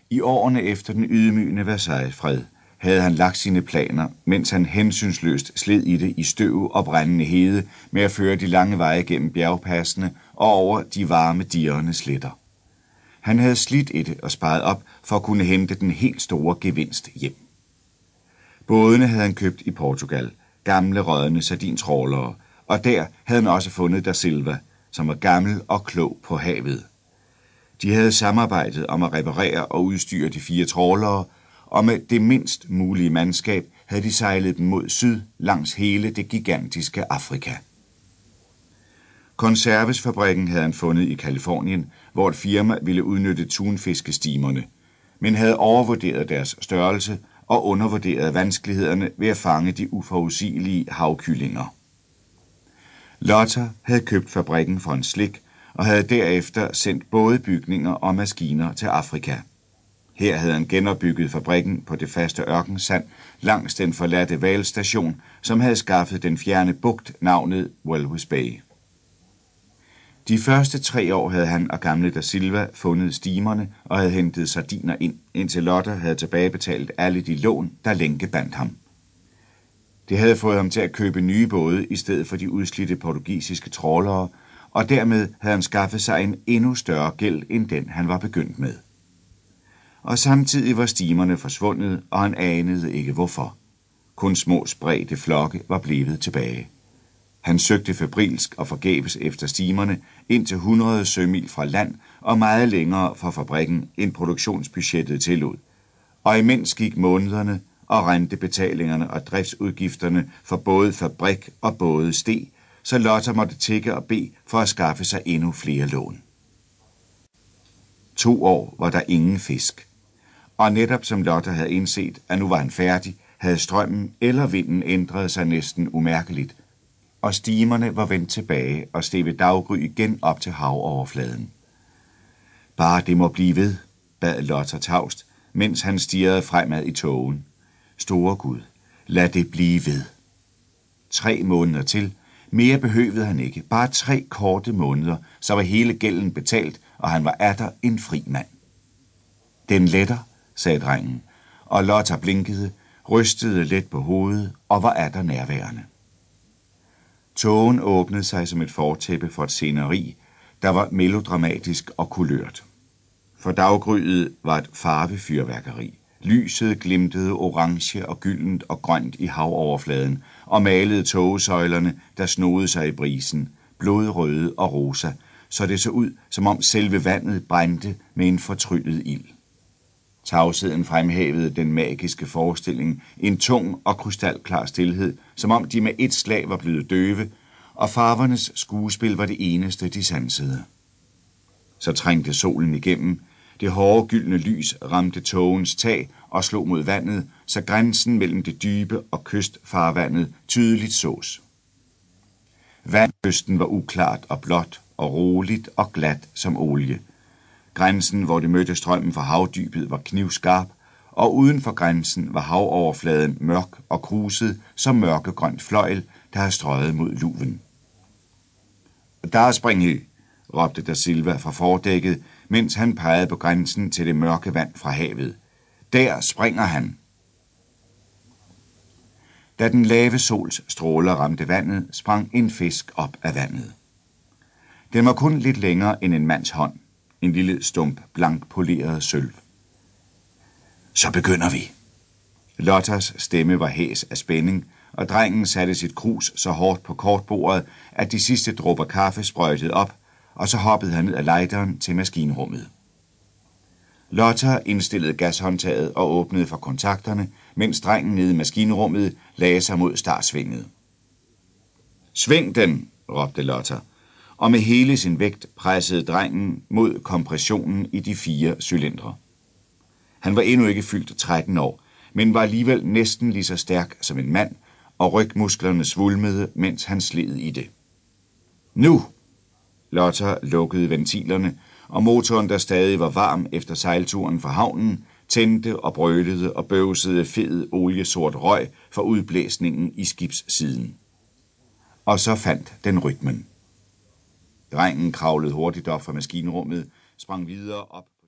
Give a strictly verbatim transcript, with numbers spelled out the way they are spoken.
I årene efter den ydmygende Versailles-fred havde han lagt sine planer, mens han hensynsløst sled i det i støv og brændende hede med at føre de lange veje gennem bjergpassene og over de varme, dirrende sletter. Han havde slidt i det og sparet op for at kunne hente den helt store gevinst hjem. Bådene havde han købt i Portugal, gamle rådne sardintrålere, og der havde han også fundet da Silva, som var gammel og klog på havet. De havde samarbejdet om at reparere og udstyre de fire trålere, og med det mindst mulige mandskab havde de sejlet dem mod syd langs hele det gigantiske Afrika. Konservesfabrikken havde han fundet i Californien, hvor et firma ville udnytte tunfiskestimerne, men havde overvurderet deres størrelse og undervurderet vanskelighederne ved at fange de uforudsigelige havkyllinger. Lothar havde købt fabrikken for en slik og havde derefter sendt både bygninger og maskiner til Afrika. Her havde han genopbygget fabrikken på det faste ørkensand langs den forladte hvalstation, som havde skaffet den fjerne bugt navnet Walvis Bay. De første tre år havde han og gamle da Silva fundet stimerne og havde hentet sardiner ind, indtil Lothar havde tilbagebetalt alle de lån, der længe bandt ham. Det havde fået ham til at købe nye både i stedet for de udslidte portugisiske trawlere, og dermed havde han skaffet sig en endnu større gæld end den, han var begyndt med. Og samtidig var stimerne forsvundet, og han anede ikke hvorfor. Kun små spredte flokke var blevet tilbage. Han søgte febrilsk og forgæves efter stimerne ind til hundrede sømil fra land og meget længere fra fabrikken, end produktionsbudgettet tillod. Og imens gik månederne, og rentebetalingerne og driftsudgifterne for både fabrik og både steg, så Lothar måtte tigge og bede for at skaffe sig endnu flere lån. To år var der ingen fisk, og netop som Lothar havde indset, at nu var han færdig, havde strømmen eller vinden ændret sig næsten umærkeligt, og stimerne var vendt tilbage og steg ved daggry igen op til havoverfladen. Bare det må blive ved, bad Lothar tavst, mens han stirrede fremad i tågen. Store Gud, lad det blive ved. Tre måneder til, mere behøvede han ikke, bare tre korte måneder, så var hele gælden betalt, og han var atter en fri mand. Den letter, sagde drengen, og Lothar blinkede, rystede let på hovedet og var atter nærværende. Tågen åbnede sig som et fortæppe for et sceneri, der var melodramatisk og kulørt. For daggryet var et farvefyrværkeri. Lyset glimtede orange og gyldent og grønt i havoverfladen og malede togesøjlerne, der snodede sig i brisen, blodrøde og rosa, så det så ud, som om selve vandet brændte med en fortryllet ild. Tavsheden fremhævede den magiske forestilling, en tung og krystalklar stilhed, som om de med et slag var blevet døve, og farvernes skuespil var det eneste, de sansede. Så trængte solen igennem. Det hårde gyldne lys ramte tågens tag og slog mod vandet, så grænsen mellem det dybe og kystfarvandet tydeligt sås. Vandkysten var uklart og blåt og roligt og glat som olie. Grænsen, hvor det mødte strømmen fra havdybet, var knivskarp, og uden for grænsen var havoverfladen mørk og kruset som mørkegrønt fløjl, der har strøget mod luven. Der er springhy, råbte da Silva fra fordækket, mens han pegede på grænsen til det mørke vand fra havet. Der springer han. Da den lave sols stråler ramte vandet, sprang en fisk op af vandet. Den var kun lidt længere end en mands hånd, en lille stump blank poleret sølv. Så begynder vi. Lothars stemme var hæs af spænding, og drengen satte sit krus så hårdt på kortbordet, at de sidste dråber kaffe sprøjtede op, og så hoppede han ned ad lejderen til maskinrummet. Lothar indstillede gashåndtaget og åbnede for kontakterne, mens drengen nede i maskinrummet lagde sig mod startsvinget. Sving den, råbte Lothar, og med hele sin vægt pressede drengen mod kompressionen i de fire cylindre. Han var endnu ikke fyldt tretten år, men var alligevel næsten lige så stærk som en mand, og rygmusklerne svulmede, mens han sled i det. Nu! Lothar lukkede ventilerne, og motoren, der stadig var varm efter sejlturen fra havnen, tændte og brølede og bøvsede fed oliesort røg for udblæsningen i skibssiden. Og så fandt den rytmen. Drengen kravlede hurtigt op fra maskinrummet, sprang videre op